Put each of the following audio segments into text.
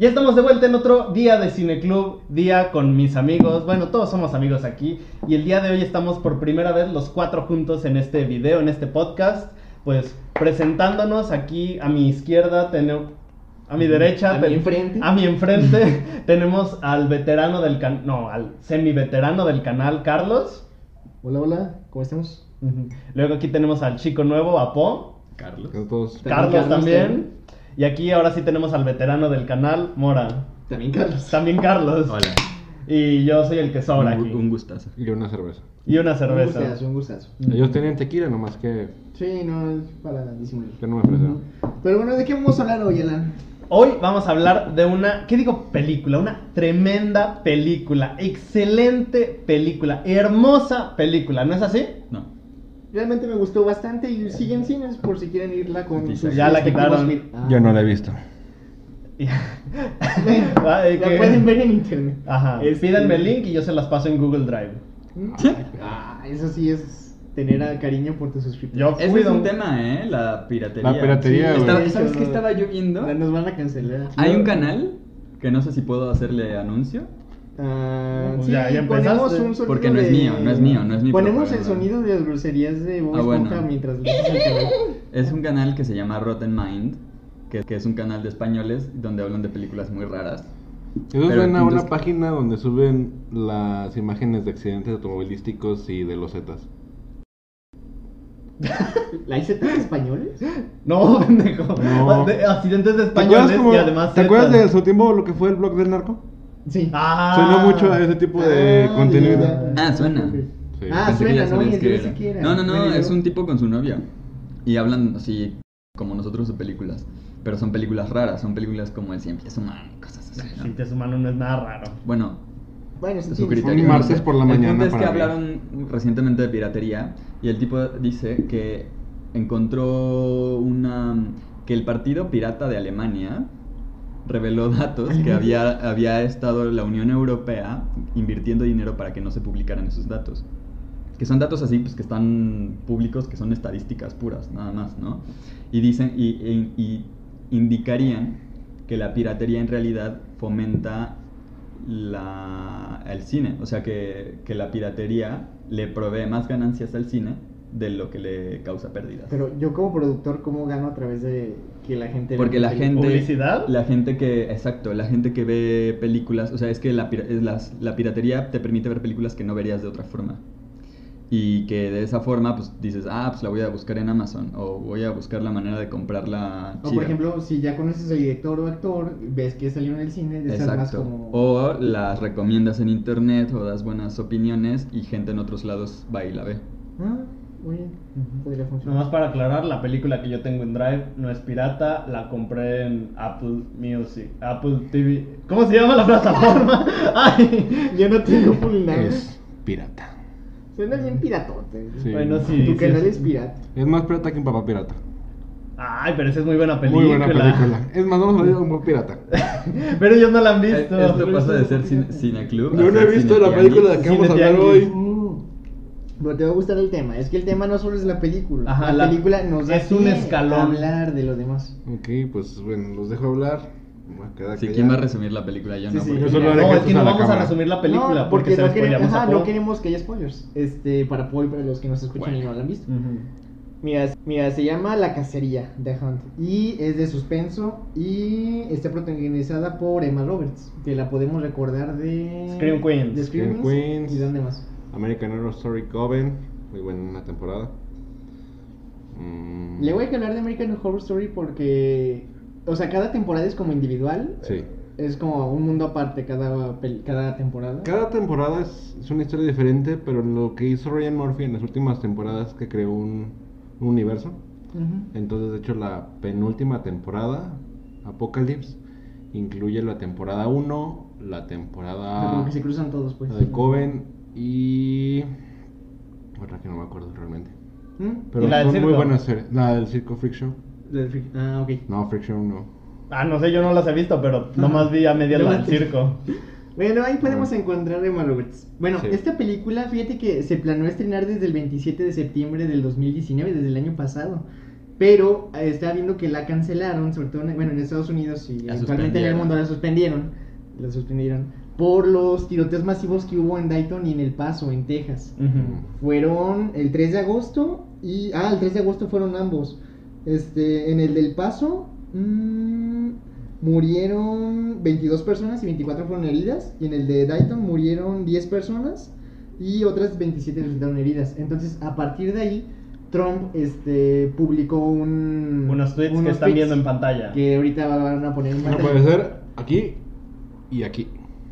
Ya estamos de vuelta en otro día de Cineclub, día con mis amigos. Bueno, todos somos amigos aquí. Y el día de hoy estamos por primera vez los cuatro juntos en este video, en este podcast. Pues presentándonos aquí a mi izquierda, a mi derecha, a mi enfrente tenemos al veterano del canal, no, al semi-veterano del canal, Carlos. Hola, hola, ¿cómo estamos? Luego aquí tenemos al chico nuevo, Apo. Carlos. Carlos también. Y aquí ahora sí tenemos al veterano del canal, Mora. También Carlos. También Carlos. Hola. Y yo soy el que sobra aquí. Un gustazo. Y una cerveza. Y una cerveza. Un gustazo. Ellos tenían tequila, nomás que Sí, no, es para disimular. no me ofrecieron. Pero bueno, ¿de qué vamos a hablar hoy, Alan? Hoy vamos a hablar de una, ¿qué digo? Película, una tremenda película, excelente película, hermosa película, ¿no es así? No. Realmente me gustó bastante y sigue en cines por si quieren irla con Sí, sus ya la respectivos quitaron. Yo no la he visto. Ay, La que- pueden ver en internet. Ajá, pídanme el link y yo se las paso en Google Drive. Eso sí es tener a cariño por tus suscriptores. Yo Ese es cuido un tema, la piratería. La piratería, Sí, güey. ¿Sabes qué estaba yo viendo? Nos van a cancelar. Hay un canal que no sé si puedo hacerle anuncio. Pues Sí, ya ponemos empezaste. un sonido Porque no es de- mío, no es mío, no es mi Ponemos el propaganda. sonido de las groserías de Bob bueno. Esponja mientras lees el canal. Es un canal que se llama Rotten Mind, que es un canal de españoles donde hablan de películas muy raras. Ellos Pero ven a entonces- una página donde suben las imágenes de accidentes automovilísticos y de los Zetas. ¿La hice tan españoles? No, pendejo. No. De accidentes de ¿Te acuerdas, españoles como- y además ¿te acuerdas zetas. de su tiempo lo que fue el blog del narco? Sí. Ah. Suena mucho a ese tipo de contenido. Suena. Sí. Ah, Pensé que suena, ya ¿no? sabías Yo qué pensé era. que era. No, Bueno, es yo- un tipo con su novia. Y hablan así como nosotros de películas. Pero son películas raras, son películas como El Cien Pies Humano, cosas así, ¿no? Si te humano no es nada raro. Bueno, Bueno, es sí, su sí. criterio. Un martes por la El mañana punto es que para mí. hablaron recientemente de piratería y el tipo dice que encontró que el partido pirata de Alemania reveló datos que había estado la Unión Europea invirtiendo dinero para que no se publicaran esos datos. Que son datos así, pues que están públicos, que son estadísticas puras, nada más, ¿no? Y dicen, y indicarían que la piratería en realidad fomenta el cine. O sea que la piratería le provee más ganancias al cine de lo que le causa pérdidas. Pero yo como productor, ¿cómo gano a través de que la gente... Porque vea la gente... ¿Publicidad? La gente que ve películas, o sea, es que la piratería te permite ver películas que no verías de otra forma. Y que de esa forma, pues dices, pues la voy a buscar en Amazon, o voy a buscar la manera de comprarla O chida. por ejemplo, si ya conoces al director o actor, ves que salió en el cine, estás más Exacto. como... O las recomiendas en internet, o das buenas opiniones, y gente en otros lados va y la ve. Muy bien, podría funcionar. Nomás para aclarar, la película que yo tengo en Drive no es pirata, la compré en Apple Music, Apple TV. ¿Cómo se llama la plataforma? Ay, Yo no tengo full nada. Es pirata. Suena bien piratote. Sí. Bueno, sí. Tu canal es- es pirata. Es más pirata que un papá pirata. Ay, pero esa es muy buena película. Muy buena película. Es más, vamos a ver un buen pirata. Pero ellos no la han visto. Esto pasa de ser cineclub. Yo no he visto la película de que vamos a hablar Cine hoy. Pero te va a gustar el tema. Es que el tema no solo es la película. Ajá, la película nos da es un pie escalón. a hablar de lo demás. Ok, pues bueno, los dejo hablar. Me voy a quedar Si callado. ¿quién va a resumir la película? Yo Sí, no. sí. porque- Yo solo haré No, es gestos que no a la vamos a cámara. resumir la película No, porque se no la queremos, spoileamos a no Paul. queremos que haya spoilers. Para Paul, para los que nos escuchan y no la han visto. Ujú. Mira, se llama La Cacería, The Hunt, y es de suspenso y está protagonizada por Emma Roberts, que la podemos recordar de... Scream Queens. De Scream Scream Queens. Queens. ¿Y dónde más? American Horror Story Coven. Muy buena temporada. Le voy a hablar de American Horror Story porque, o sea, cada temporada es como individual. Sí. Es como un mundo aparte cada temporada. Cada temporada es una historia diferente, pero lo que hizo Ryan Murphy en las últimas temporadas es que creó un universo. Ujú. Entonces, de hecho, la penúltima temporada, Apocalypse, incluye la temporada 1, la O sea, temporada como que se cruzan todos, pues. la de Coven y otra que no me acuerdo realmente. Pero ¿Y la del son muy circo? buenas series. La del circo Freak Show. Ah, ok. No, Freak Show no. No sé, yo no las he visto, pero nomás vi a media la del circo. Bueno, ahí podemos encontrar a Emma Roberts. Bueno, Sí. esta película, fíjate que se planeó estrenar desde el 27 de septiembre del 2019, desde el año pasado. pero estaba viendo que la cancelaron, sobre todo en Estados Unidos y La actualmente en el mundo la suspendieron por los tiroteos masivos que hubo en Dayton y en El Paso, en Texas. Fueron el 3 de agosto el 3 de agosto fueron ambos. En el del Paso murieron 22 personas y 24 fueron heridas, y en el de Dayton murieron 10 personas y otras 27 resultaron heridas. Entonces, a partir de ahí, Trump publicó unos tweets que están viendo en pantalla. Que ahorita van a poner en No pantalla. puede ser aquí y aquí.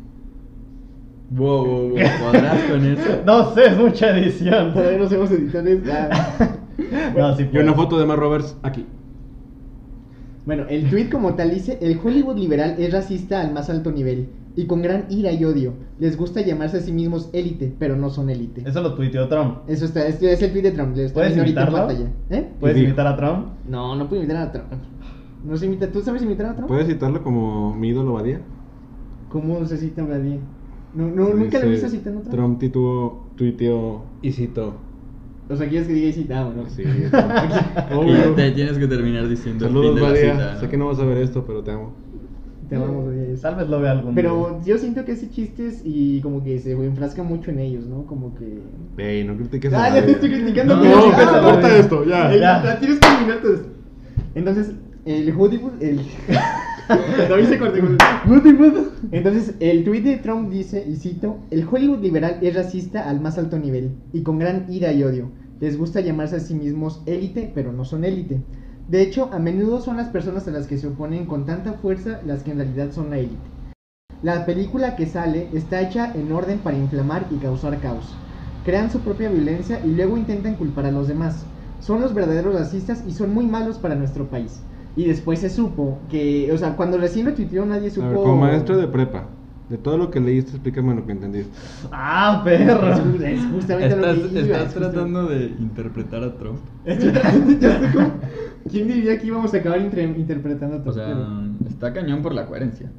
Wow, ¿podrás con eso? No sé, es mucha edición. Todavía no somos editores. No, sí Y puedo. una foto de Emma Roberts aquí. Bueno, el tweet como tal dice: el Hollywood liberal es racista al más alto nivel y con gran ira y odio. Les gusta llamarse a sí mismos élite, pero no son élite. Eso lo tuiteó Trump. Eso está, este es el tweet de Trump. Le está ¿Puedes viendo ahorita en imitarlo? pantalla. ¿Puedes Y dijo- imitar a Trump? No, no puedo imitar a Trump. No se imita. ¿Tú sabes imitar a Trump? ¿Puedes citarlo como mi ídolo Badía? ¿Cómo se cita a día? No, nunca lo he visto citando a Trump. Trump tuiteó y citó. O sea, quieres que diga y citamos, ¿no? Sí. Y Obvio. te tienes que terminar diciendo el fin Saludos, de la Badía. cita, ¿no? Sé que no vas a ver esto, pero te amo. Te amamos, Badía. Tal vez lo vea algún Pero día. yo siento que hace chistes y como que se enfrasca mucho en ellos, ¿no? Como que... Ey, no critiques Ah, a ya te Badía. estoy criticando. No, pero- no, Ah, corta no, esto, ya. Ya. Tienes que eliminar todo esto. Entonces, el Hollywood... David se cortó. Entonces, el tweet de Trump dice, y cito: el Hollywood liberal es racista al más alto nivel y con gran ira y odio. Les gusta llamarse a sí mismos élite, pero no son élite. De hecho, a menudo son las personas a las que se oponen con tanta fuerza las que en realidad son la élite. La película que sale está hecha en orden para inflamar y causar caos. Crean su propia violencia y luego intentan culpar a los demás. Son los verdaderos racistas y son muy malos para nuestro país. Y después se supo que, o sea, cuando recién lo tuiteó nadie supo... A ver, como maestro de prepa, de todo lo que leíste, explícame lo que entendiste. ¡Ah, perro! Es justamente lo que iba, ¿Estás es tratando de interpretar a Trump? Yo estoy como... ¿Quién diría que íbamos a acabar interpretando a O Trump? sea, Pero- está cañón por la coherencia.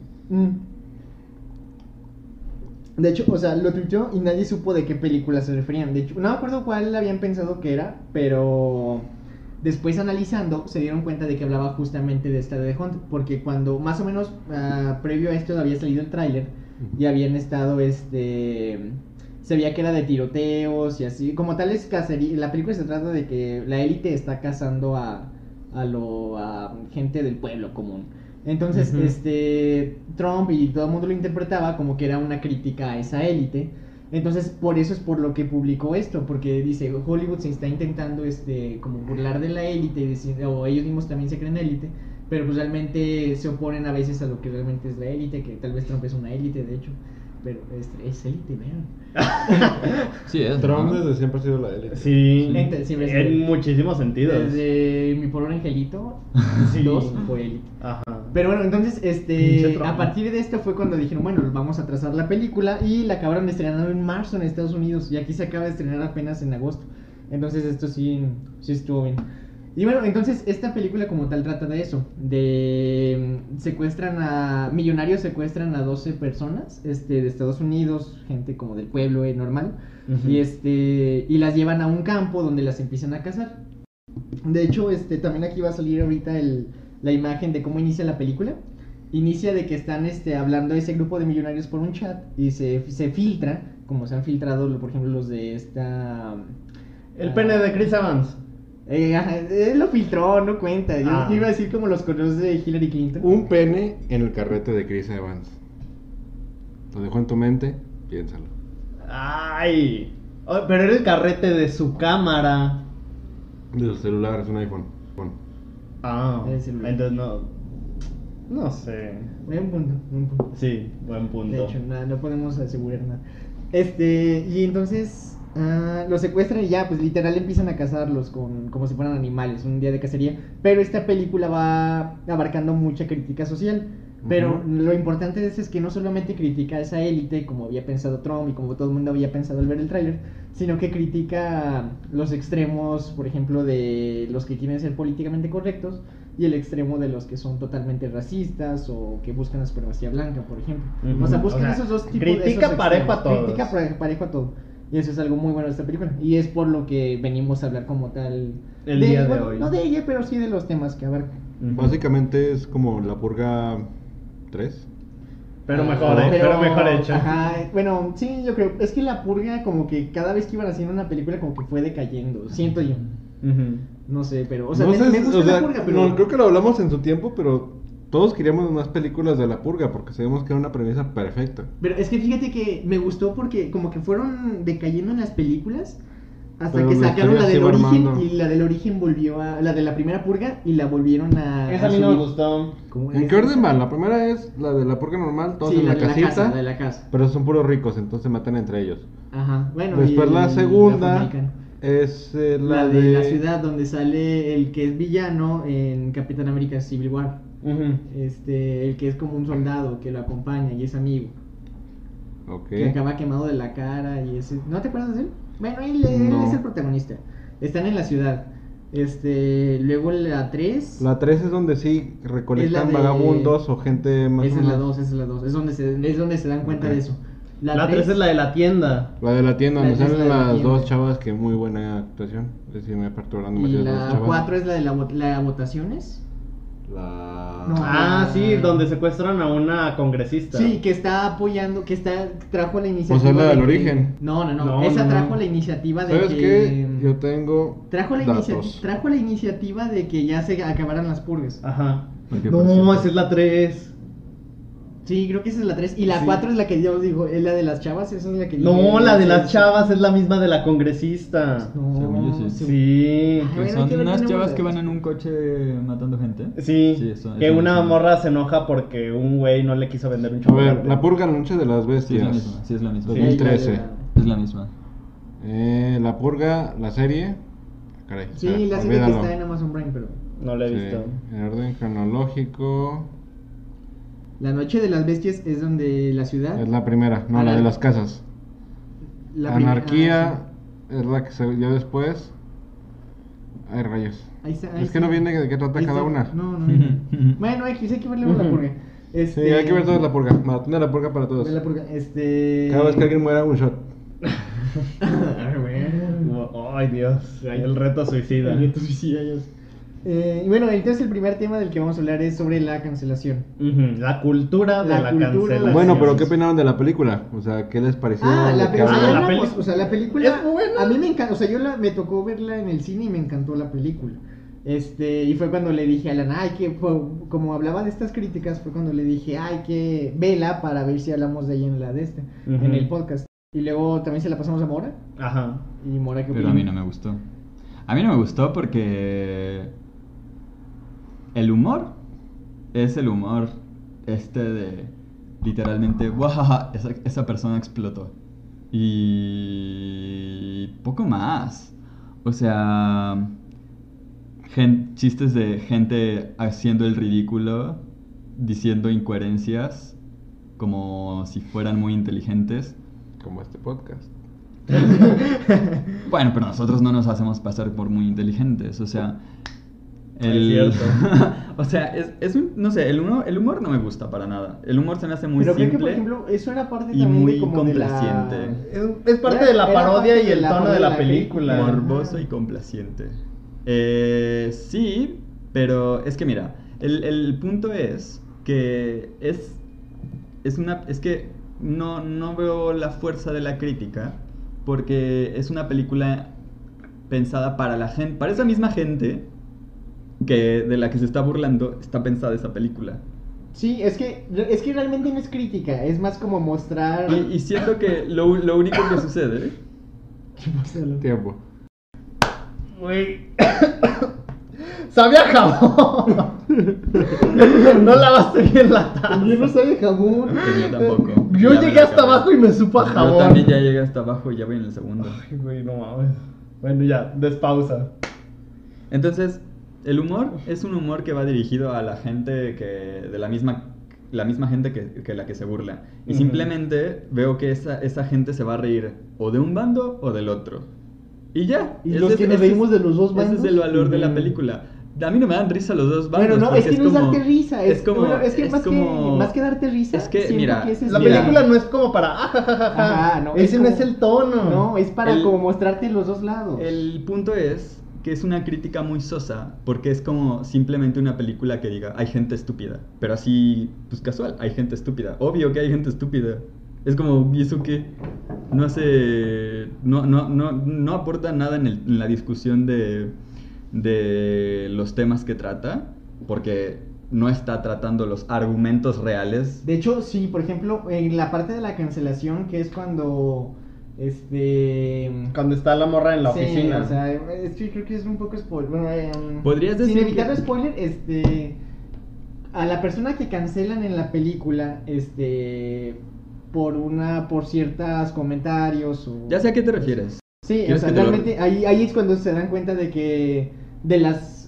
De hecho, o sea, lo tuiteó y nadie supo de qué película se referían. De hecho, no me acuerdo cuál habían pensado que era, pero después analizando se dieron cuenta de que hablaba justamente de esta de The Hunt, porque cuando más o menos previo a esto había salido el tráiler y habían estado se veía que era de tiroteos y así, como tal es cacería. La película se trata de que la élite está cazando a gente del pueblo común. Entonces, Trump y todo el mundo lo interpretaba como que era una crítica a esa élite. Entonces, por eso es por lo que publicó esto, porque dice, Hollywood se está intentando como burlar de la élite, y decir, o ellos mismos también se creen élite, pero pues realmente se oponen a veces a lo que realmente es la élite, que tal vez Trump es una élite, de hecho, pero es élite, vean. Sí, es. Trump ¿no? desde siempre ha sido la élite. Sí, Sí, en muchísimos sentidos. Desde Mi Pobre Angelito, Sí. 2 fue élite. Ajá. Pero bueno, entonces, Pinche Trump. a partir de esto fue cuando dijeron, bueno, vamos a trazar la película, y la acabaron de estrenar en marzo en Estados Unidos, y aquí se acaba de estrenar apenas en agosto. Entonces esto sí estuvo bien. Y bueno, entonces esta película como tal trata de eso, de millonarios secuestran a 12 personas de Estados Unidos, gente como del pueblo normal, Ujú. y las llevan a un campo donde las empiezan a cazar. De hecho, también aquí va a salir ahorita la imagen de cómo inicia la película. Inicia de que están hablando ese grupo de millonarios por un chat y se filtra, como se han filtrado, por ejemplo, los de esta... El pene de Chris Evans. Él lo filtró, no cuenta. Yo iba a decir como los correos de Hillary Clinton. Un pene en el carrete de Chris Evans. Lo dejo en tu mente, piénsalo. ¡Ay! Oh, pero era el carrete de su cámara. De su celular, es un iPhone. Ah, Es el- entonces no. No sé. Buen punto. Sí, buen punto. De hecho, no podemos asegurar nada. Y entonces los secuestran y ya, pues literal empiezan a cazarlos como si fueran animales, un día de cacería. Pero esta película va abarcando mucha crítica social. Pero Ujú. lo importante de eso es que no solamente critica a esa élite, como había pensado Trump y como todo el mundo había pensado al ver el tráiler, sino que critica los extremos, por ejemplo, de los que quieren ser políticamente correctos y el extremo de los que son totalmente racistas o que buscan la supremacía blanca, por ejemplo. Ujú. O sea, buscan O sea, esos dos tipos critica esos parejo extremos. a todos. Critica parejo a todo. Y eso es algo muy bueno de esta película. Y es por lo que venimos a hablar como tal. El día de hoy. No de ella, pero sí de los temas que abarca. Básicamente es como La Purga 3. Pero mejor hecho. Ajá, bueno, sí, yo creo. Es que La Purga, como que cada vez que iban haciendo una película, como que fue decayendo. Siento yo. Ujú. No sé, pero. O sea, No me sé, gusta o sea, La Purga, pero. no, creo que lo hablamos en su tiempo, pero todos queríamos más películas de La Purga porque sabíamos que era una premisa perfecta. Pero es que fíjate que me gustó porque, como que fueron decayendo en las películas. Hasta Pero que la sacaron la historia del se va origen. armando. Y la del origen volvió a. La de la primera Purga. Y la volvieron a. Esa a mí no me subir. gustó. ¿Cómo ¿En es qué orden esa? van? La primera es la de La Purga normal, todos Sí, en la la de la casita, casa, la de la casa. pero son puros ricos, entonces se matan entre ellos. Ajá, bueno. Después y la el segunda afroamericano. es La de la ciudad donde sale el que es villano en Capitán América Civil War. Ujú. El que es como un soldado que lo acompaña y es amigo. Ok. Que acaba quemado de la cara y ese. ¿No te acuerdas de él? Bueno, él No. es el protagonista. Están en la ciudad. Luego la 3. La 3 es donde sí Es recolectan la de- vagabundos o gente más Esa o es la menos. 2, esa es la 2. Es donde se dan cuenta Ok. de eso. La 3 es la de la tienda. La de la tienda, La donde tres es salen la de la las tienda. dos chavas, que muy buena actuación. Es decir, me perturbando Y demasiado las la chavas. 4 es la de la votaciones. La... No. Ah, sí, donde secuestran a una congresista. Sí, que está apoyando, trajo la iniciativa. la de del que- origen. No, No, esa no, trajo no. la iniciativa de ¿Sabes que. qué? Yo tengo Trajo la, datos. trajo la iniciativa de que ya se acabaran las purgas. Ajá. ¿Por qué, por No, cierto? esa es la 3. Sí, creo que esa es la 3. Y la Sí. 4 es la que yo os digo, es la de las chavas, esa es la que No, dije, la de sí, las sí. chavas es la misma de la congresista. No, Según yo sí. Sí. Ay, Que bueno, hay son que ver unas qué chavas número que es. van en un coche matando gente. Sí, eso que es una mismo. morra se enoja porque un güey no le quiso vender un A chocolate. ver, La Purga, la noche de las Sí, es bestias. la misma. Sí, es la misma. Sí. 2013. Es la misma. La Purga, la serie. Caray, Sí, ya, la serie que olvídalo. está en Amazon Prime, pero. No la he Sí, visto. en orden cronológico. La Noche de las Bestias es donde la ciudad. Es la primera, no, la de las casas. la primera- Anarquía es la que se vio después. Ay, rayos. Ahí está, ahí Es que está. no viene de qué trata Ahí cada está. una. No, no viene. Bueno, X, hay que verle la purga. Sí, hay que ver toda La Purga. Maratón de La Purga para todos. Ve la purga. Cada vez que alguien muera, un shot. Ay, Dios. El reto suicida. El reto suicida, ya sé. Y bueno, entonces el primer tema del que vamos a hablar es sobre la cancelación. Ujú, la cultura de La la cultura, cancelación. Bueno, pero ¿qué opinaron de la película? O sea, ¿qué les pareció? La ¿De qué película, hablan? la hablamos, peli- o sea, la película es buena. a mí me encanta, o sea, me tocó verla en el cine y me encantó la película. Y fue cuando le dije a Alan, como hablaba de estas críticas, fue cuando le dije, que vela para ver si hablamos de ella en Ujú. en el podcast. Y luego también se la pasamos a Mora. Ajá. Y Mora, ¿qué Pero opina? a mí no me gustó. A mí no me gustó porque el humor es el humor de literalmente, ¡guau! Esa persona explotó. Y poco más. O sea, chistes de gente haciendo el ridículo, diciendo incoherencias como si fueran muy inteligentes. Como este podcast. Bueno, pero nosotros no nos hacemos pasar por muy inteligentes, o sea... Es cierto. O sea, no sé, el humor no me gusta para nada. El humor se me hace muy Pero creo que, simple por ejemplo, eso era parte y también muy de como complaciente. Es parte Era- de la era parodia parte y de el la tono de parodia la de la película. película. Morboso y complaciente. Sí, pero es que mira, el punto es que es que no veo la fuerza de la crítica porque es una película pensada para la gente, para esa misma gente de la que se está burlando, está pensada esa película. Sí, es que realmente no es crítica, es más como mostrar... Y siento que lo único que sucede Tiempo. Güey. Sabía a jabón. No lavaste bien la taza. Yo no sabe jabón. Yo tampoco. Yo Ya me llegué lo hasta acabé. abajo y me supo a Yo jabón. también ya llegué hasta abajo y ya voy en el segundo. Ay, güey, no mames. Bueno, ya, despausa. Entonces, el humor es un humor que va dirigido a la gente de la misma gente que la que se burla. Y Ujú. simplemente veo que esa gente se va a reír o de un bando o del otro. Y ya. Y los que nos reímos de los dos Ese es bandos. el valor de la Ujú. película. A mí no me dan risa los dos bandos. Bueno, no, es porque que no es como- darte risa. Es como. bueno, es que es más como- que más que darte risa, Es que, siento mira, que ese es La Mira. película no es como para Ajá, no, ese como- no es el tono. No, es para El- como mostrarte los dos lados. El punto es que es una crítica muy sosa, porque es como simplemente una película que diga, hay gente estúpida, pero así, pues casual, hay gente estúpida. Obvio que hay gente estúpida. Es como, ¿y eso qué? No hace... No aporta nada en la discusión de los temas que trata, porque no está tratando los argumentos reales. De hecho, sí, por ejemplo, en la parte de la cancelación, que es cuando Cuando está la morra en la sí, oficina. o sea, sí, creo que es un poco spoiler. Bueno, ¿Podrías sin decir evitar que- spoiler, a la persona que cancelan en la película, por ciertos comentarios o... Ya sé a qué te refieres. Sí, o ¿Quieres sea, que te lo- realmente ahí es cuando se dan cuenta de que de las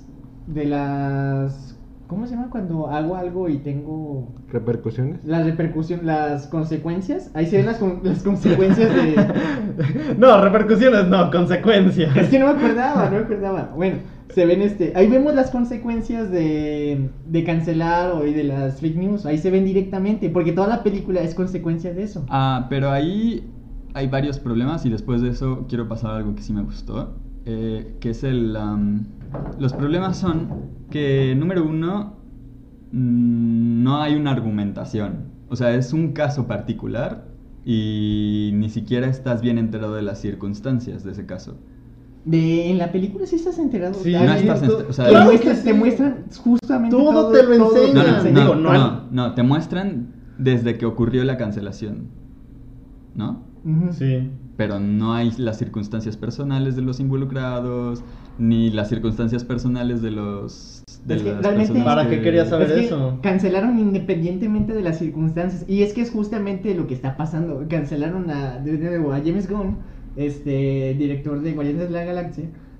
¿cómo se llama cuando hago algo y tengo ¿Repercusiones? las repercusiones, las consecuencias? Ahí se ven las consecuencias de... No, repercusiones no, consecuencias. Es que no me acordaba. Bueno, se ven ahí vemos las consecuencias de cancelar y de las fake news, ahí se ven directamente, porque toda la película es consecuencia de eso. Ah, pero ahí hay varios problemas y después de eso quiero pasar a algo que sí me gustó, que es los problemas son que, número uno, no hay una argumentación. O sea, es un caso particular y ni siquiera estás bien enterado de las circunstancias de ese caso. En la película sí estás enterado. Sí, David. no estás tú- o sea, Te claro muestran, que sí. te muestran justamente Todo te lo enseñan. te Digo, enseñan. no. te muestran desde que ocurrió la cancelación, ¿no? Ujú. Sí. Pero no hay las circunstancias personales de los involucrados, ni las circunstancias personales de Es que las realmente- personas ¿Para qué querías saber? Es que eso. cancelaron independientemente de las circunstancias. Y es que es justamente lo que está pasando. Cancelaron de nuevo a James Gunn, director de Guardianes de la Galaxia.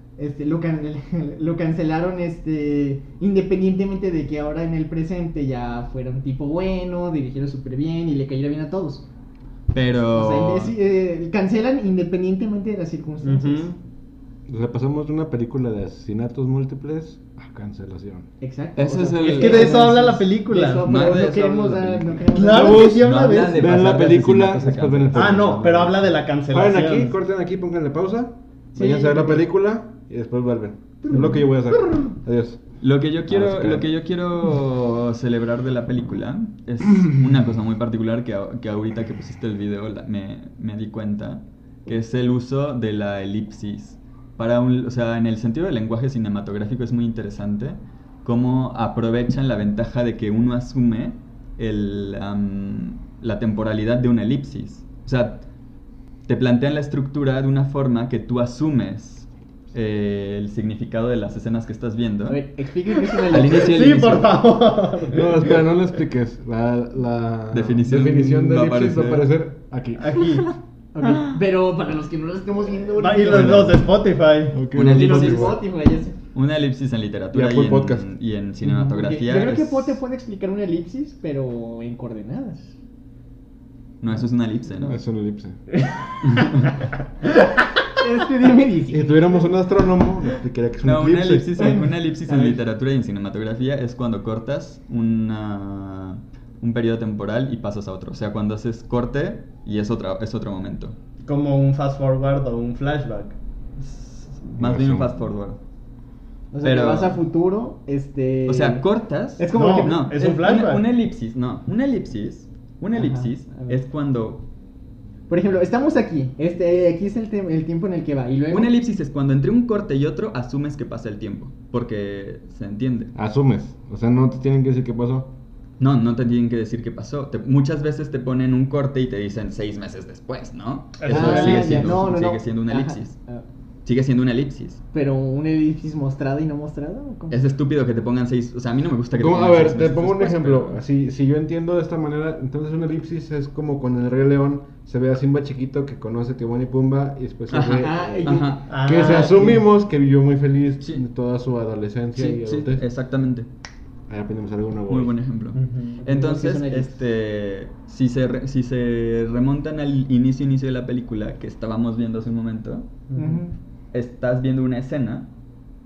Lo cancelaron independientemente de que ahora en el presente ya fuera un tipo bueno, dirigiera súper bien y le cayera bien a todos. Pero... O sea, cancelan independientemente de las circunstancias. Ujú. O sea, pasamos de una película de asesinatos múltiples a cancelación. Exacto. Ese es el- Es que de eso habla la película. de eso, No, pero de no eso queremos habla la dar. película. No queremos Claro dar- que sí habla No de habla eso. de Vean pasar la de película, asesinatos a después ven el cancelación. Ah, no, pero habla de la Paren cancelación. aquí, corten aquí, pónganle pausa. Sí. Váyanse a ver la película y después vuelven. Es lo que yo voy a hacer. Adiós. Lo que yo quiero, Ah, sí, lo que yo quiero celebrar de la película es una cosa muy particular que ahorita que pusiste el video me di cuenta, que es el uso de la elipsis. O sea, en el sentido del lenguaje cinematográfico es muy interesante cómo aprovechan la ventaja de que uno asume la temporalidad de una elipsis. O sea, te plantean la estructura de una forma que tú asumes el significado de las escenas que estás viendo. A ver, explíqueme qué es una Al elipsis. inicio- Sí, por favor. No, espera, no lo expliques. La Definición de va a elipsis va a aparecer aparecer aquí. Aquí. Ok, pero para los que no lo estemos viendo. Va, y los de Spotify. Ok, Una no, Y los de elipsis. Spotify, ya sé. Una elipsis en literatura Y Apple y Podcast. en cinematografía. Yo creo que es- Paul te puede explicar una elipsis, pero en coordenadas. No, eso es una elipse, ¿no? Es una elipse. Dime Si dice. tuviéramos un astrónomo, le explicaría que es No, una una elipse. elipsis, una elipsis en literatura y en cinematografía es cuando cortas un periodo temporal y pasas a otro. O sea, cuando haces corte y es otro momento. Como un fast forward o un flashback. Más bien un Eso. fast forward. O sea, Pero- que vas a futuro, O sea, cortas. Es como No, que- No, es un flashback. Una elipsis, no. Una elipsis Ajá, a ver. es cuando. Por ejemplo, estamos aquí. Aquí es el tiempo en el que va. Y luego. Una elipsis es cuando entre un corte y otro asumes que pasa el tiempo. Porque se entiende. Asumes. O sea, no te tienen que decir qué pasó. No te tienen que decir qué pasó. Muchas veces te ponen un corte y te dicen 6 meses después, ¿no? Eso Ah, sigue ya, siendo, no. sigue siendo una Ajá, elipsis. ah, Sigue siendo una elipsis. Pero una elipsis mostrada y no mostrada. ¿O cómo? Es estúpido que te pongan 6. O sea, a mí no me gusta que te Como, a pongan ver, 6 te meses pongo un después, ejemplo. pero- Si yo entiendo de esta manera, entonces una elipsis es como cuando en el Rey León se ve a Simba chiquito que conoce a Timón y Pumba y después se ve Ah, que se Ah, asumimos que vivió muy feliz Sí. en toda su adolescencia Sí, y sí, adultez. exactamente. Ahí aprendemos algo nuevo. Muy hoy. buen ejemplo. Ujú. Entonces, Sí, es una elipsis. si se remontan al inicio de la película que estábamos viendo hace un momento, Ujú. estás viendo una escena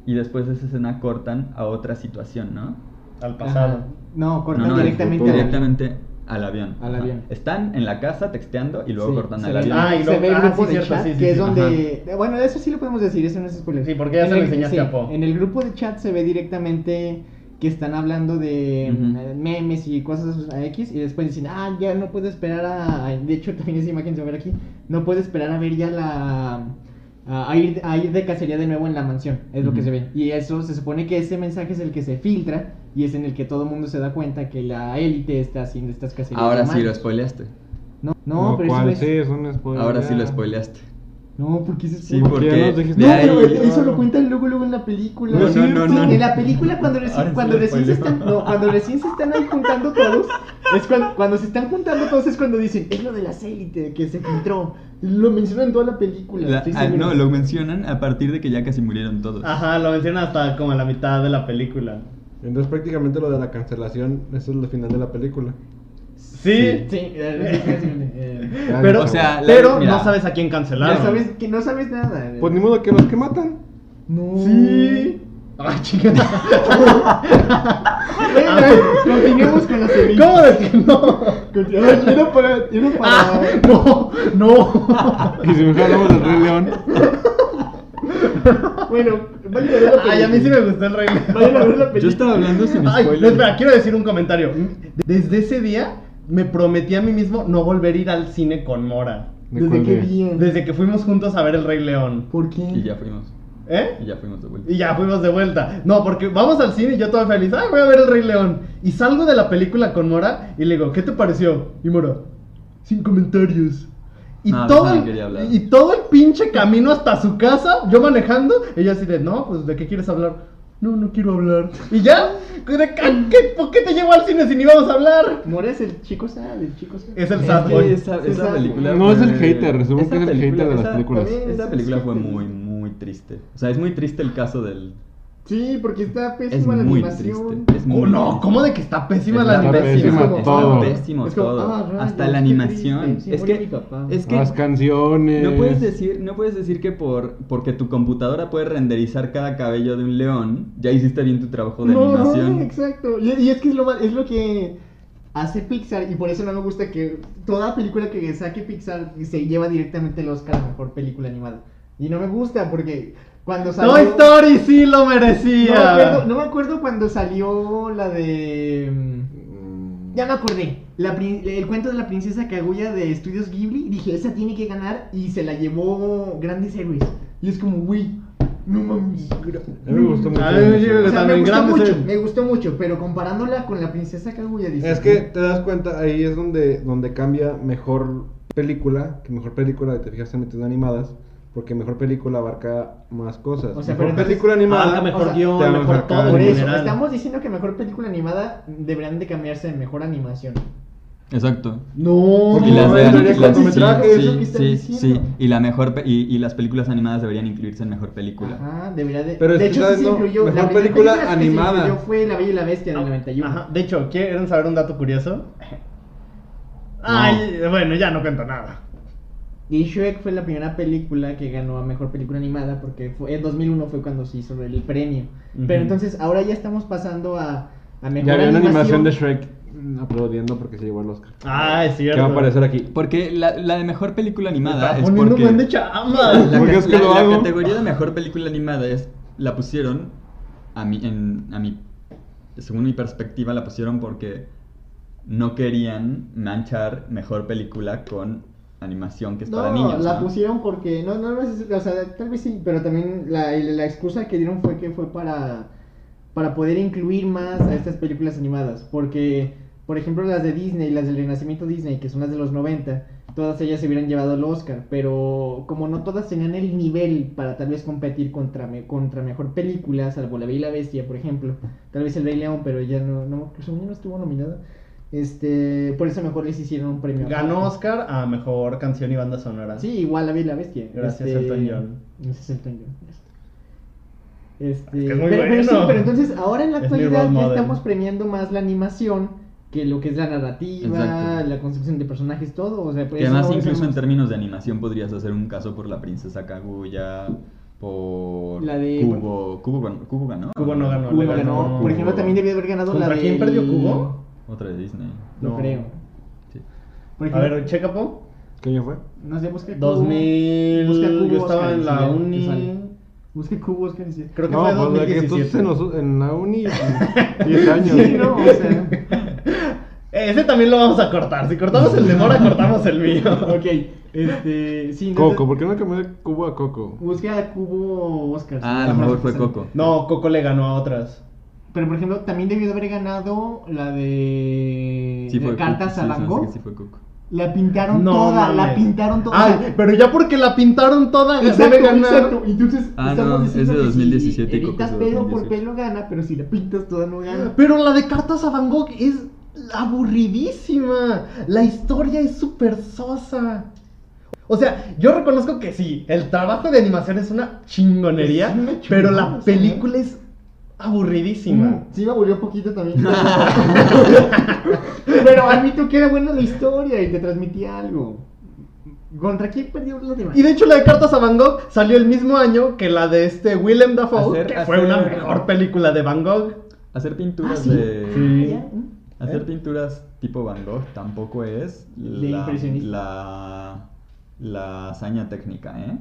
y después de esa escena cortan a otra situación, ¿no? Al pasado. Ajá. No, cortan No, directamente futuro. directamente al avión. Al Ajá. avión. Están en la casa texteando y luego Sí, cortan se al ve- avión. Ah, y se ve el luego- grupo sí, de cierto, chat, sí, sí, que es sí. donde... Bueno, eso sí lo podemos decir, eso no es spoiler. Sí, porque ya En se lo el- enseñaste sí, a Po. En el grupo de chat se ve directamente que están hablando de Ujú. memes y cosas a X, y después dicen, ya no puedo esperar de hecho, también esa imagen se va a ver aquí, no puedo esperar a ver ya a ir de cacería de nuevo en la mansión, es lo que Ujú. se ve. Y eso se supone que ese mensaje es el que se filtra y es en el que todo el mundo se da cuenta que la élite está haciendo estas cacerías. Ahora sí lo humanas. spoileaste. No, pero ¿cuál? eso Sí, es... es un spoiler. Ahora sí ya. lo spoileaste. No, porque se Sí, ¿Por porque qué no dijiste? No, de ahí- pero eso lo cuentan luego en la película. No, no, no, Sí, no. en la película cuando Ahora recién, sí cuando lo recién se spoileo. están, no, cuando recién se están ahí juntando todos, es cuando se están juntando todos es cuando dicen, es lo de las élites que se filtró. Lo mencionan en toda la película. estoy seguro. No, lo mencionan a partir de que ya casi murieron todos. Ajá, lo mencionan hasta como a la mitad de la película. Entonces prácticamente lo de la cancelación, eso es el final de la película. Sí, Sí, pero, O sea, pero mira. no sabes a quién cancelaron. no sabes nada. Pues ni modo que los que matan. No. Sí. Ay, chica. Bueno, continuemos con la semilla. ¿Cómo de que no? Yo no para. Ah, no. Y si mejor hablamos del Rey León. Bueno, vayan a ver la película. Ay, a mí sí me gustó el Rey León. Vayan a ver la película. Yo estaba hablando sin Ay, no, spoiler. espera, quiero decir un comentario. Desde ese día me prometí a mí mismo no volver a ir al cine con Mora. ¿De ¿Desde cuál qué día? día? Desde que fuimos juntos a ver el Rey León. ¿Por qué? Y ya fuimos. ¿Eh? Y ya fuimos de vuelta. Y ya fuimos de vuelta. No, porque vamos al cine y yo todo feliz. Ay, voy a ver el Rey León. Y salgo de la película con Mora y le digo, ¿qué te pareció? Y Mora, sin comentarios. Y, No, todo eso no el, quería hablar. y todo el pinche camino hasta su casa, yo manejando, ella así de, no, pues ¿de qué quieres hablar? No quiero hablar. Y ya, ¿por qué te llevo al cine si ni vamos a hablar? Mora es el chico sad, el chico sad. Es el Es sad que boy. esa Sí, sad película No, es el fue- hater, resumo esa que es el película- hater de las esa- películas. también Esa es película fue hater. muy triste. O sea, es muy triste el caso del... Sí, porque está Es pésima la muy animación. triste. Es muy Oh, no, triste. ¿cómo de que está pésima la Está animación? pésima Es como, todo. ah, Pésimo Es como, todo. rayos, Hasta la qué animación. triste. Sí, es murió que mi papá. es que Las canciones. no puedes decir que porque tu computadora puede renderizar cada cabello de un león, ya hiciste bien tu trabajo de No, animación. exacto. Y es que es lo que hace Pixar y por eso no me gusta que toda película que saque Pixar se lleva directamente el Oscar a mejor película animada. Y no me gusta porque cuando salió Toy Story sí lo merecía. No me acuerdo cuando salió la de ya me acordé. El cuento de la princesa Kaguya de Estudios Ghibli. Dije, esa tiene que ganar. Y se la llevó Grandes Héroes. Y es como, güey, no mames. A mí me gustó mucho. A mí me llegó- O sea, también Grandes me gustó mucho. Pero comparándola con la princesa Kaguya, dices, Es que te das cuenta, ahí es donde cambia mejor película, que mejor película, te fijaste metiendo animadas, porque mejor película abarca más cosas. O sea, mejor pero entonces- película animada, Abarca mejor o sea, guión, te va mejor mejor todo acá. por en eso, general. estamos diciendo que mejor película animada deberían de cambiarse en mejor animación. Exacto. No, Porque Y las de debería las- cortometrajes, es lo que sí, están sí, diciendo. sí. Y la mejor y las películas animadas deberían incluirse en mejor película. Ajá, debería de. Pero es de que hecho, estás sí se diciendo incluyó. mejor La primera película que se animada. incluyó fue La Bella y la Bestia del 91. Ajá. De hecho, ¿quieren saber un dato curioso? Ay, bueno, ya no cuento nada. Y Shrek fue la primera película que ganó a mejor película animada porque en 2001 fue cuando se hizo el premio. Ujú. Pero entonces ahora ya estamos pasando a mejor ya había una animación animación de Shrek aplaudiendo porque se llevó el Oscar. Ah, es cierto. Que va a aparecer aquí. Porque la de mejor película Me animada está es poniendo porque un buen de chamba. Porque es que lo hago. la categoría de mejor película animada la pusieron según mi perspectiva la pusieron porque no querían manchar mejor película con animación que es para niños. la ¿no? pusieron porque no es, o sea, tal vez sí, pero también la excusa que dieron fue que fue para poder incluir más a estas películas animadas, porque por ejemplo las de Disney, las del Renacimiento Disney, que son las de los 90, todas ellas se hubieran llevado el Oscar, pero como no todas tenían el nivel para tal vez competir contra mejor película, salvo La Bella y la Bestia, por ejemplo, tal vez El Rey León, pero ella no estuvo nominada. Por eso mejor les hicieron un premio. Ganó Oscar a mejor canción y banda sonora. Sí, igual La Bella y la Bestia. Gracias, Elton John. Gracias, Elton John. Es que es muy pero bueno. sí, pero entonces ahora en la Es mi actualidad role ya model. estamos premiando más la animación que lo que es la narrativa, Exacto. la construcción de personajes, todo. O sea, pues Que además eso incluso en hacemos- términos de animación podrías hacer un caso por la princesa Kaguya por La de- Cubo. Cubo ganó. Cubo no ganó. Cubo le no ganó. Por ejemplo, también debió haber ganado ¿Contra la de... quién perdió Cubo? Otra de Disney. No No. creo. Sí. Por A ejemplo, ver, checa, po. ¿Qué año fue? no sé, busca Cubo. 2000. Busca Cubo, Yo estaba Oscar, en y la ya te uni. sale. Busca Cubo, Oscar, y sí. Creo que No, fue pues de que 2017. entonces en la uni 10 años. Sí, no, o sea... Ese también lo vamos a cortar. Si cortamos el de Mora, cortamos el mío. Ok, sí, entonces... Coco, ¿por qué no cambié de Cubo a Coco? Busca a Cubo Oscar. Ah, a lo mejor fue Coco. No, Coco le ganó a otras. Pero por ejemplo, también debió de haber ganado la de, Sí, de fue Cartas Coco, a sí, Van se me hace Gogh. que sí fue Coco. La pintaron No, toda, mames. la pintaron toda. Ay, o sea, pero ya porque la pintaron toda, exacto, debe ganar. exacto. Entonces, Ah, estamos no, diciendo es de que 2017 si y Coco editas es de pelo por 2018. pelo gana, pero si la pintas toda no gana. Pero la de Cartas a Van Gogh es aburridísima. La historia es súper sosa. O sea, yo reconozco que sí, el trabajo de animación es una chingonería, Es una pero la chulada, película es aburridísima. Sí, me aburrió poquito también. Pero admito que era buena la historia y te transmitía algo. ¿Contra quién perdió los demás? Y de hecho la de Cartas a Van Gogh salió el mismo año que la de Willem Dafoe, que fue una mejor película de Van Gogh. Hacer pinturas ¿sí? de. Sí. Ya, Hacer ¿Eh? pinturas tipo Van Gogh tampoco es De impresionista. la hazaña técnica, ¿eh?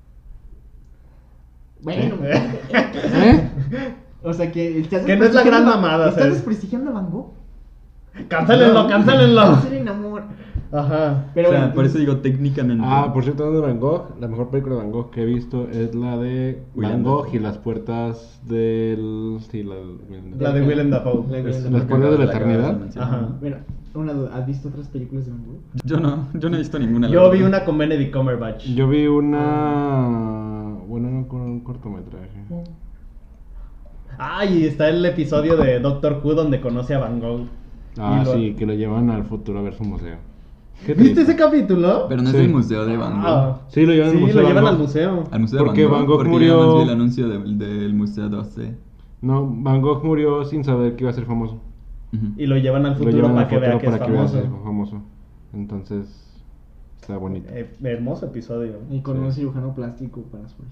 Bueno, ¿Eh? o sea que estás Que no es la gran mamada, ¿Estás ¿sabes? desprestigiando a Van Gogh? Cancélenlo, cancélenlo. Hacer en amor. Ajá. Pero o sea, bueno, por eso digo técnicamente. Ah, por cierto, hablando de Van Gogh, la mejor película de Van Gogh que he visto es la de William Van Gogh Dafoe. y las puertas del... Sí, La de Willem Dafoe. La de Es- Willem las Dafoe. puertas de la La que acabas de eternidad. mencionar. Ajá. Bueno, una duda, ¿has visto otras películas de Van Gogh? Yo no he visto ninguna. la Yo vi verdad. una con Benedict Cumberbatch. Yo vi una... Bueno, no, con un cortometraje. Ah, y está el episodio de Doctor Who donde conoce a Van Gogh. Ah, Y lo- sí, que lo llevan al futuro a ver su museo. ¿Qué ¿Viste triste. ese capítulo? Pero no es Sí. el museo de Van Gogh. Ah. Sí, lo llevan Sí, al museo. lo de llevan Van al Gogh. museo. Al museo Porque de Van Van Gogh. Gogh Porque yo nada más murió- vi el anuncio del Museo 12. No, Van Gogh murió sin saber que iba a ser famoso. Ujú. Y lo llevan al Lo futuro llevan para al que vea futuro que es para que vea famoso. si es famoso. Entonces, está bonito. Hermoso episodio. Y con Sí. un cirujano plástico para su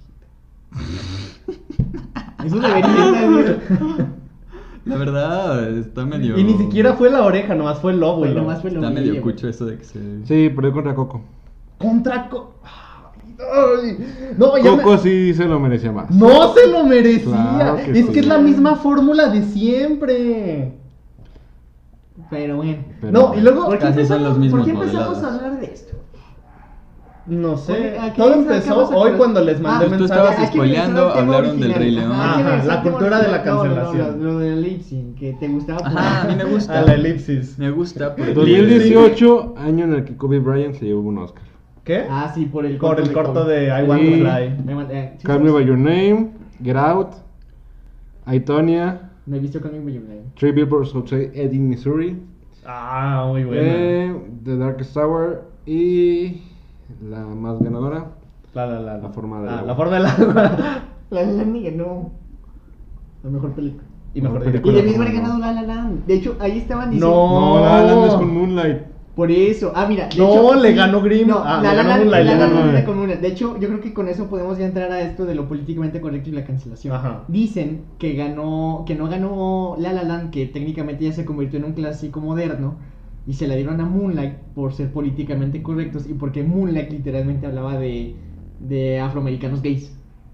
hijita. Eso debería estar. La verdad, está medio. Y ni siquiera fue la oreja, nomás fue el óvulo. Nomás fue lo Está que medio llevo. cucho eso de que se. Sí, perdió contra Coco. Contra Ay, no, ya Coco me- sí se lo merecía más. No se lo merecía. Claro que es sí. que es la misma fórmula de siempre. Pero bueno. Pero- No, y luego ¿Por qué Casi son empezamos, los mismos ¿por qué empezamos a modelados. hablar de esto? no sé, Porque aquí todo se empezó acabas de hoy acordar- cuando les mandé Ah, tú mensajes. estabas Hay que spoileando, regresar al tema hablaron del original. Rey León. Ajá, hay que Ajá, regresar la al tema cultura de la original. No, cancelación. lo del lip sync, que te gustaba. por- Ajá, a mí me gusta. A la elipsis. Me gusta. porque- 2018, año en el que Kobe Bryant se llevó un Oscar. ¿Qué? Ah, sí, por el Por el corto Kobe. de I Want Sí. to Fly. Sí, Call Me sí, By Your Name, Get Out, I, Tonya, Me he visto Call Me By Your Name. 3 Billboards Outside Ebbing, Missouri, Ah, muy bueno. The Darkest Tower y la más ganadora, La forma del Ah, agua. la forma del agua. La La Land ganó la mejor película. Y mejor Mejor Y director. debió ¿cómo haber no? ganado La La Land. De hecho, ahí estaban diciendo. No. No, La La Land es con Moonlight. Por eso, mira. de No, hecho, le ganó Grimm. No, Ah, La le La ganó Land Moonlight, La le La ganó Land Moonlight. con Moonlight. De hecho, yo creo que con eso podemos ya entrar a esto de lo políticamente correcto y la cancelación. Ajá. Dicen que no ganó La La Land, que técnicamente ya se convirtió en un clásico moderno, y se la dieron a Moonlight por ser políticamente correctos y porque Moonlight literalmente hablaba de afroamericanos gays.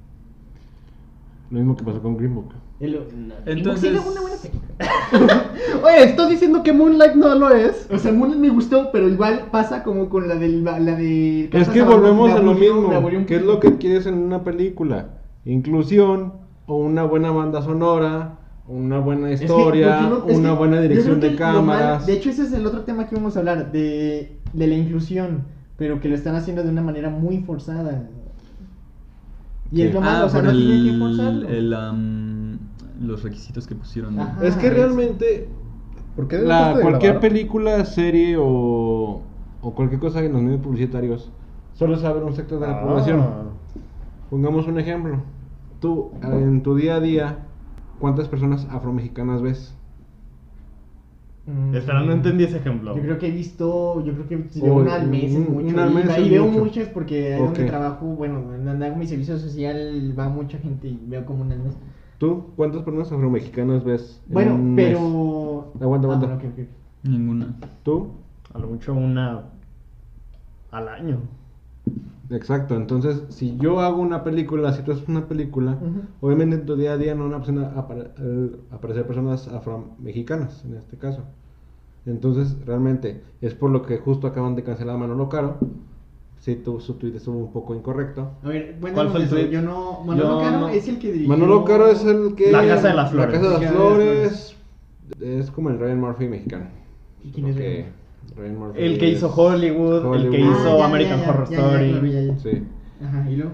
Lo mismo que pasó con Green Book. Entonces- Sí, una buena película. Oye, ¿estás diciendo que Moonlight no lo es? O sea, Moonlight me gustó, pero igual pasa como con la de Es Casas que Abandonadas, volvemos me a lo aburrió, me mismo. aburrió un ¿Qué es lo que quieres en una película? Inclusión, o una buena banda sonora, una buena Es que, historia, ¿por qué no? Es una que buena yo dirección creo de que lo malo- cámaras. de hecho, ese es el otro tema que vamos a hablar, de la inclusión, pero que lo están haciendo de una manera muy forzada. Y Sí. es lo malo, o sea, por no tienen que forzarlo. los requisitos que pusieron. Ajá. Es que realmente ¿Por qué cualquier película, serie o cualquier cosa en los medios publicitarios solo sabe un sector de la población. Pongamos un ejemplo. Tú, en tu día a día, ¿cuántas personas afromexicanas ves? Espera, no entendí ese ejemplo. Yo creo que si veo una al mes es mucho. Una al mes y es veo mucho. muchas porque ahí donde Ok. trabajo, bueno, donde hago mi servicio social va mucha gente y veo como una al mes. ¿Tú cuántas personas afromexicanas ves? en Bueno, un mes? pero... Aguanta. bueno, ok. Ninguna. ¿Tú? A lo mucho una al año. Exacto, entonces si yo hago una película, si tú haces una película, Ujú. obviamente en tu día a día no van a aparecer personas afromexicanas en este caso. Entonces realmente es por lo que justo acaban de cancelar a Manolo Caro. Sí, su tweet estuvo un poco incorrecto. A ver, bueno, ¿Cuál fue el tweet? Yo no... Manolo Caro no- es el que dirigió... Manolo Caro es el que... La Casa de las Flores. La Casa de las La Casa de las Flores es como el Ryan Murphy mexicano. ¿Y quién es Porque Ryan? Ryan Murphy El que es hizo Hollywood, el que Hollywood. hizo ya, American ya, Horror ya, Story. claro, ya. Sí. Ajá, y luego...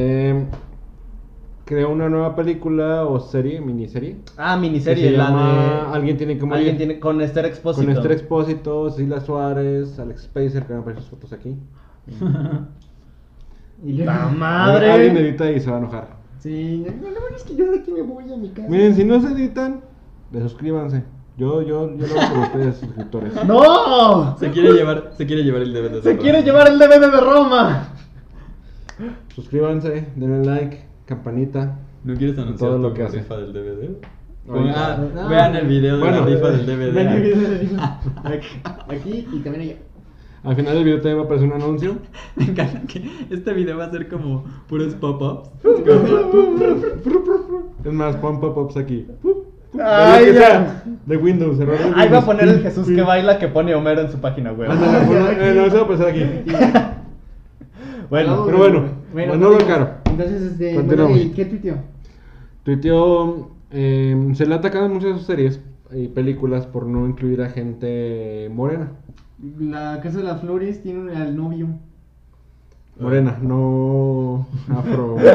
Creó una nueva película o serie, miniserie. Ah, Que miniserie, se la llama de... Alguien tiene que morir. Alguien tiene... Con Esther Expósito. Con Esther Expósito, Cecilia Suárez, Alex Spacer, que van a aparecer sus fotos aquí. Y luego... ¡La Alguien madre! edita y se va a enojar. Sí, no, es que yo de aquí me voy a mi casa. Miren, si no se editan, suscríbanse. Yo lo hago por ustedes, suscriptores. ¡No! Se quiere llevar el DVD. Se quiere llevar el DVD de Roma. Suscríbanse, denle like, campanita. ¿No quieres anunciar Todo lo tu que hace. rifa del DVD? Ahorita. No. Vean el video de Bueno. la rifa del DVD. Ven el video de la- aquí y también allá. Al final del video también va a aparecer un anuncio. Me encanta que este video va a ser como puros pop-ups. Es más, pon pop-ups aquí. Ay, De lo que ya. sea, de Windows, error de Ahí va a Windows. poner el Jesús que baila que pone Homero en su página web. Ándale, no, eso va a pasar aquí. Bueno, pero bueno, Manolo Caro. Entonces, Continuamos. bueno, ¿y qué tuiteó? Tuiteó, se le ha atacado en muchas de sus series y películas por no incluir a gente morena. La Casa de las Flores tiene al novio. Morena, no afro. O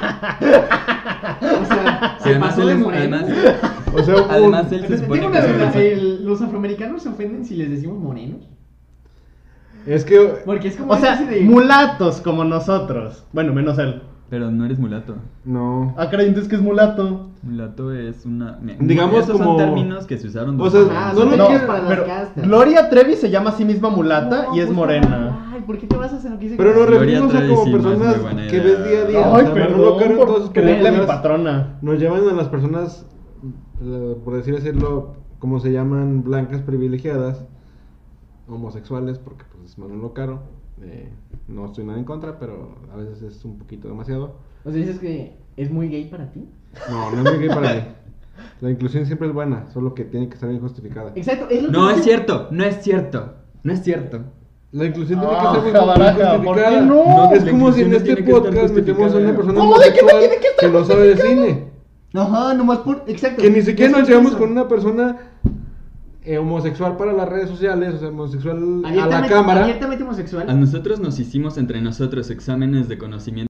sea, Sí, además, pasó de moreno. O sea, además él se supone Tengo que una es duda, homosexual. ¿los afroamericanos se ofenden si les decimos morenos? es que Porque es como o sea, una especie de... mulatos como nosotros. Bueno, menos él. Pero no eres mulato. no. Ah, caray, entonces que es mulato. Mulato es una. Digamos esos como- son términos que se usaron. O sea, Ah, no son lo hechos quiero- para las Pero castas. Gloria Trevi se llama a sí misma mulata No, y es pues, morena. Ay, ¿por qué te basas en lo que dice? Pero nos Gloria referimos a Trevi como sí, no es muy personas buena que idea. ves día a día. Ay, O sea, Manolo perdón Caro en por todas sus creerle a mi películas patrona. nos llevan a las personas, por decirlo, como se llaman, blancas privilegiadas, homosexuales, porque pues es Manolo Caro. No estoy nada en contra, pero a veces es un poquito demasiado. O sea, dices que es muy gay para ti. No, no es muy gay para mí. La inclusión siempre es buena, solo que tiene que estar bien justificada. Exacto, es lo que No dice- es cierto, no es cierto. No es cierto. La inclusión tiene que Ah, ser bien jabaraja, justificada. ¿por qué no? No, Es la como si en inclusión este tiene que estar podcast metemos a una justificada. persona ¿Cómo de que no homosexual tiene que estar que no sabe de cine? Ajá, nomás por... Exacto. Que ni siquiera Es nos llevamos eso. con una persona homosexual para las redes sociales, o sea, homosexual a la Abiertamente- cámara. Abiertamente homosexual. A nosotros nos hicimos entre nosotros exámenes de conocimiento